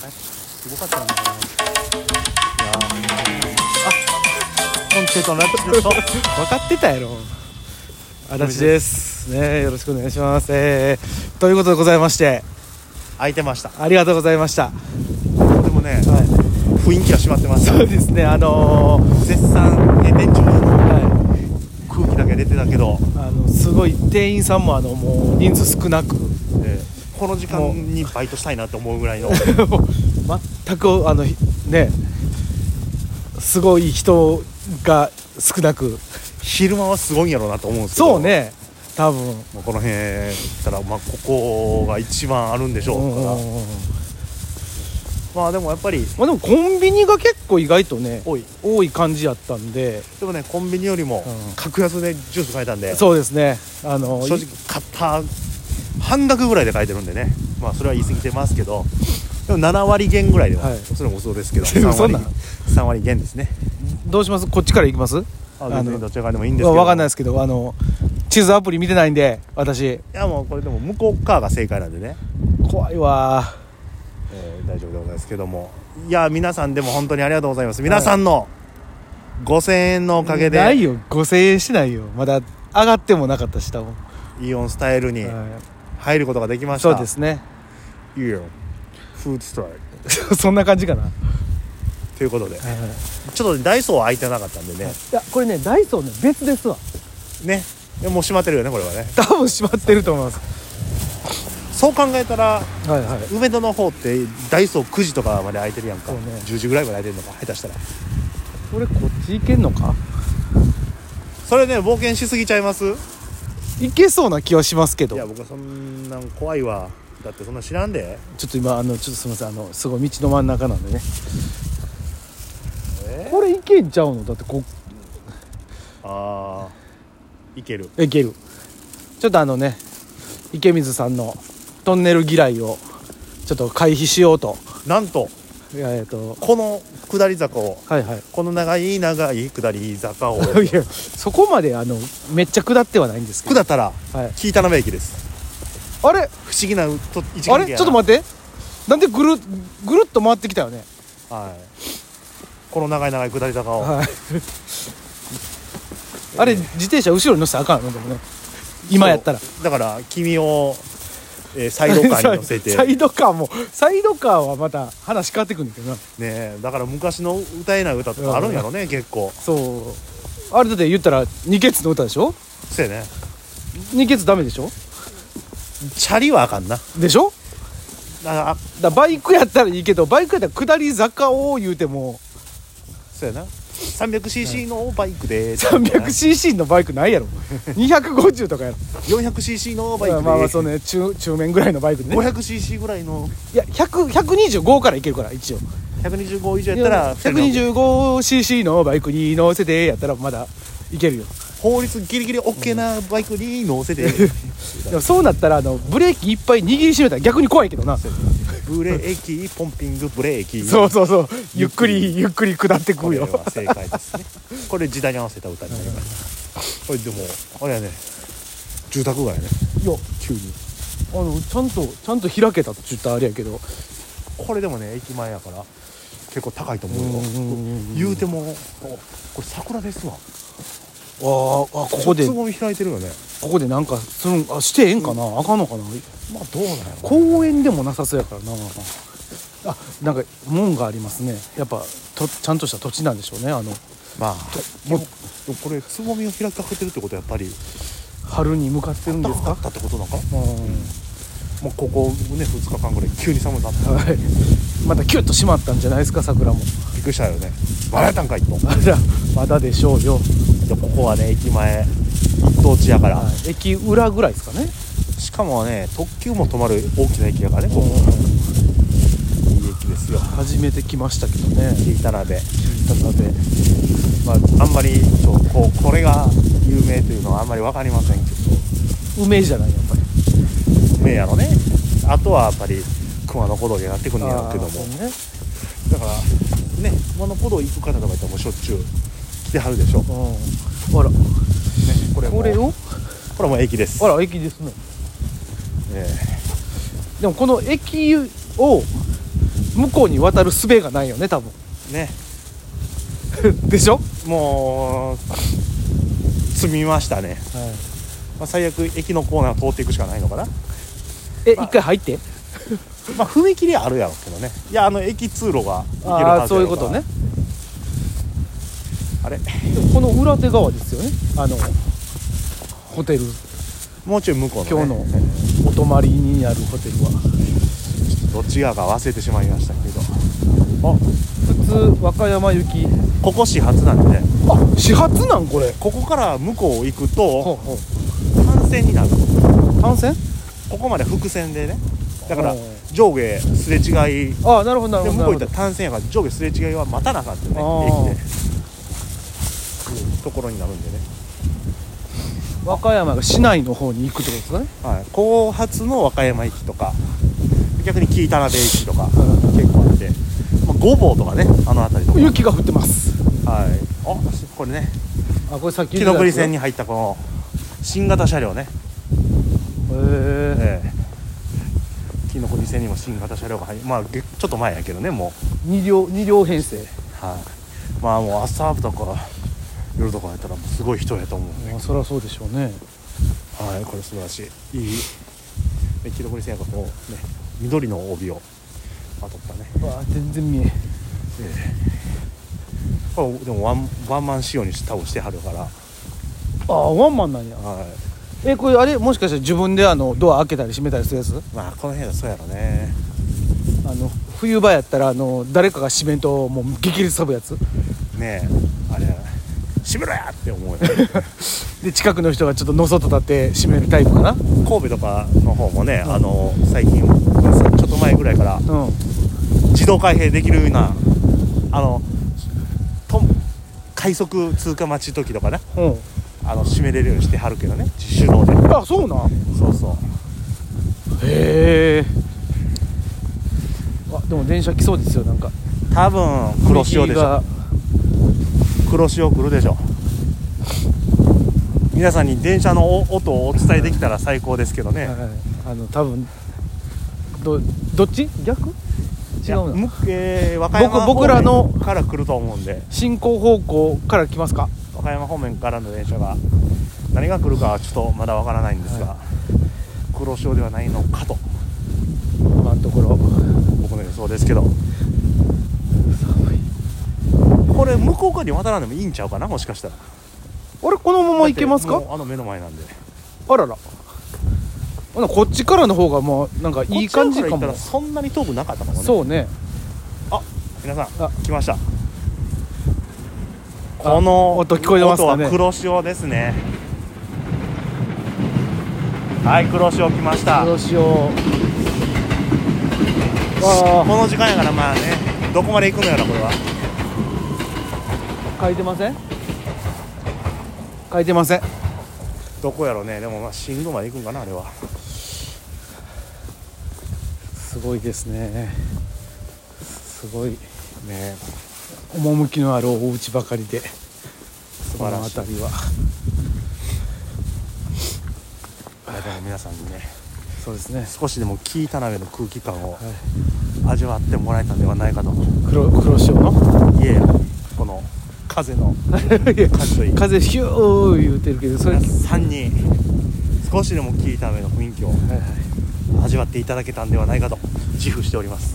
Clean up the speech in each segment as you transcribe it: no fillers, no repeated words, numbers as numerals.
すごかったんだから。いやコンチェルトのやつでしょ。 分かってたやろ。足立ですね、よろしくお願いします。ということでございまして、 空いてました。 ありがとうございました。 でもね、雰囲気は締まってます。 そうですね、 絶賛閉店中の空気だけ出てたけど、 すごい店員さんももう人数少なく、 この時間にバイトしたいなと思うぐらいの全くね、すごい人が少なく、 昼間はすごいんやろうなと思うんですけど。 そうね、多分この辺行ったら、ここが一番あるんでしょうから、でもやっぱり、 でもコンビニが結構意外とね多い感じやったんで。 でもね、コンビニよりも格安でジュース買えたんで、 そうですね、 正直買った半額ぐらいで買えてるんでね、それは言い過ぎてますけど、でも7割減ぐらいでは、それも嘘ですけど、3割減ですね。 どうします？こっちから行きます？ 全然どちらからでもいいんですけど、 分かんないですけど、地図アプリ見てないんで私。 いや、もうこれでも向こう側が正解なんでね、 怖いわ。 大丈夫でございますけども、いや皆さんでも本当にありがとうございます。皆さんの5000円のおかげで、 ないよ、5000円しないよ、まだ上がってもなかったし、多分イオンスタイルに入ることができました。 そうですね、 イオンフードストライクそんな感じかなということで、ちょっとダイソーは空いてなかったんでね。 いや、これね、ダイソーね、別ですわね。もう閉まってるよね、これはね。 多分閉まってると思います。 そう考えたら、梅田の方ってダイソー9時とかまで空いてるやんか、10時ぐらいまで空いてるのか、下手したら。 これこっち行けんのか。 それね、冒険しすぎちゃいます？ 行けそうな気はしますけど。 いや、僕はそんなん怖いわ。だってそんな知らんで。 ちょっと今ちょっとすみません、すごい道の真ん中なんでね、これ行けんちゃうの？だっていける。 いける。ちょっと池水さんのトンネル嫌いをちょっと回避しようと、 なんとこの下り坂を、この長い下り坂をいや、そこまでめっちゃ下ってはないんですけど、 下ったら紀伊田辺駅です。 あれ不思議な位置関係やな。 あれちょっと待って、なんでぐるっと回ってきたよね。 この長い下り坂を、 あれ自転車後ろに乗せたらあかんの？でもね、今やったら。 だから君を、サイドカーに乗せてサイドカーはまた話変わってくるんだけどな、 ね。だから昔の歌えない歌とかあるんやろね、結構。 そう、あれだって言ったら二ケツの歌でしょ。 そうやね。 二ケツダメでしょ。 チャリはあかんなでしょ。だバイクやったらいいけど、バイクやったら下り坂を言うても、 そうやな。300cc のバイクで、 300cc のバイクないやろ250とかやろ。 400cc のバイクで、 そうね、中面ぐらいのバイクでね、 500cc ぐらいの、 いや125からいけるから。一応 125以上やったら 125cc のバイクに乗せてやったらまだいけるよ。 法律ギリギリ OK なバイクに乗せて、 でもそうなったらブレーキいっぱい握りしめたら逆に怖いけどな。 ブレーキポンピングブレーキ、 そうゆっくり下ってくるよ。 これは正解ですね。これ時代に合わせた歌になりました。これでもあれやね、住宅街やね。 いや、急にちゃんと開けたって言ったらあれやけど、 これでもね、駅前やから結構高いと思うよ。言うてもこれ桜ですわ。 ここでつぼみ開いてるよね。 ここでなんかしてええんかな、あかんのかな。 どうなんやろ。 公園でもなさそうやからな。なんか門がありますね。やっぱちゃんとした土地なんでしょうね。もうこれつぼみを開きかけてるってことはやっぱり春に向かってるんですか。 あったってことなんか。もうここね2日間ぐらい急に寒くなった、 またキュッと閉まったんじゃないですか、桜も。 びっくりしたよね。まだやったんかいと。 まだでしょうよ。 ここはね、駅前一等地やから、 駅裏ぐらいですかね。 しかもね、特急も止まる大きな駅やからね。ここいい駅ですよ。 初めて来ましたけどね。 紀伊田辺、あんまりこれが有名というのはあんまり分かりませんけど、 梅じゃない、やっぱり梅やろね。あとはやっぱり熊野古道になってくるんやろうけども、だからね、熊野古道行く方とかいったらもうしょっちゅう来てはるでしょ。 あら、 これも駅です。 あら、駅ですね。でもこの駅を向こうに渡る術がないよね多分ね。 でしょ、 もう積みましたね、 はいまあ、最悪駅のコーナー通っていくしかないのかな。 一回入ってまあ踏切あるやろうけどね。いや駅通路が行けるはずやろから。 そういうことね。 あれこの裏手側ですよねホテル、 もうちょい向こうの、ね、 今日のお泊まりにあるホテルはどっち側か忘れてしまいましたけど、 普通和歌山行き、 ここ始発なんでね。 始発なんこれ。 ここから向こう行くとほうほう単線になる。 単線、 ここまで複線でね。だから上下すれ違いなるほどなるほど。 で向こう行ったら単線やから上下すれ違いは待たなあかんってね、駅でところになるんでね。 和歌山が市内の方に行くってことですかね。 はい、後発の和歌山駅とか逆に紀伊田辺駅とか結構あって、まあ、御坊とかね、あの辺りとか雪が降ってます。 はい。これね、 これさっき木登り線に入ったこの新型車両ね。木登り線にも新型車両が入る。まあちょっと前やけどね、もう 2両編成。 はい。まあもう朝とか夜とかやったらもうすごい人やと思うね。 そりゃそうでしょうね。 はい、これ素晴らしい。いい木登り線やからこうね、緑の帯をまとったね。 全然見え。 これでもワンマン仕様に多分してはるから。 ワンマンなんや。 はい。 これあれもしかして自分でドア開けたり閉めたりするやつ？ まあこの辺はそうやろね。 冬場やったら誰かが閉めんともう激烈飛ぶやつねえ、あれ閉めろやって思うよで近くの人がちょっとのそっと立って閉めるタイプかな。 神戸とかの方もね、最近ちょっと前ぐらいから自動開閉できるような快速通過待ち時とかね、閉めれるようにしてはるけどね、手動で。 そうなん。 そうそう。 へえ。でも電車来そうですよ。なんか多分黒潮でしょ。黒潮来るでしょ。皆さんに電車の音をお伝えできたら最高ですけどね。 多分どっち逆違うな。 和歌山僕らの方面から来ると思うんで、 進行方向から来ますか。 和歌山方面からの電車が何が来るかはちょっとまだわからないんですが、黒潮ではないのかと今のところ僕の予想ですけど、これ向こう側に渡らんでもいいんちゃうかな、もしかしたら。 このまま行けますか。 もう目の前なんで。 あらら、こっちからの方がもうなんかいい感じかも。 こっちから行ったらそんなに遠くなかったかもね。 そうね。 皆さん来ました。この音聞こえてますかね。 音は黒潮ですね。はい、黒潮来ました。 黒潮。 この時間やからまあね、どこまで行くのやらこれは。 書いてません。書いてません。 どこやろうね。でも新宮まで行くんかな、あれは。 すごいですね。すごいね。 趣のあるお家ばかりで、 素晴らしい。 この辺りは。 でも皆さんにね、 そうですね。 少しでも紀伊田辺の空気感を味わってもらえたんではないかと。 黒潮の。 いやこの風の風ヒュー言うてるけど、それ 3人少しでも紀伊田辺の雰囲気を味わっていただけたんではないかと自負しております。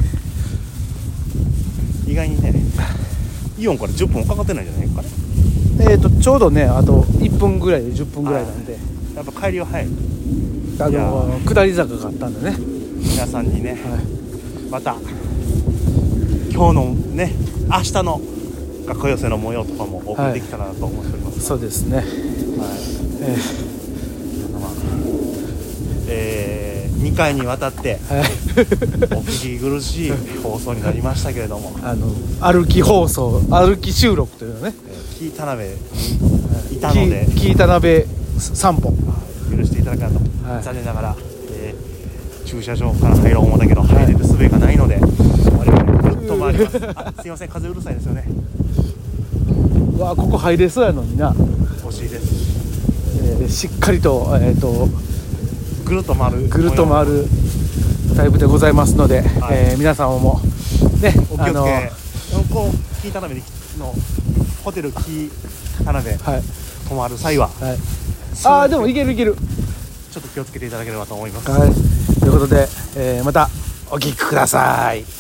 意外にね、イオンから10分かかってないんじゃないかね。 ちょうどね、あと1分ぐらいで10分ぐらいなんで、 やっぱ帰りは早い。 下り坂があったんでね、 皆さんにね、また今日のね、明日の学校寄せの模様とかもお送りできたらなと思っております。 そうですね。 2回にわたってお聞き苦しい放送になりましたけれども、 歩き放送、歩き収録というのね、 紀伊田辺にいたので紀伊田辺散歩許していただけたらと、残念ながら、駐車場から入ろう思うんだけど入れる術がないので、我々ぐるっと回ります。すいません、風うるさいですよね。 ここ入れそうやのにな。 惜しいです。 しっかりとぐるっと回るタイプでございますので、皆様もねお気をつけ、こう紀伊田辺のホテル紀伊田辺、泊まる際は、 でもいけるちょっと気をつけていただければと思います。 ということで、またお聞きください。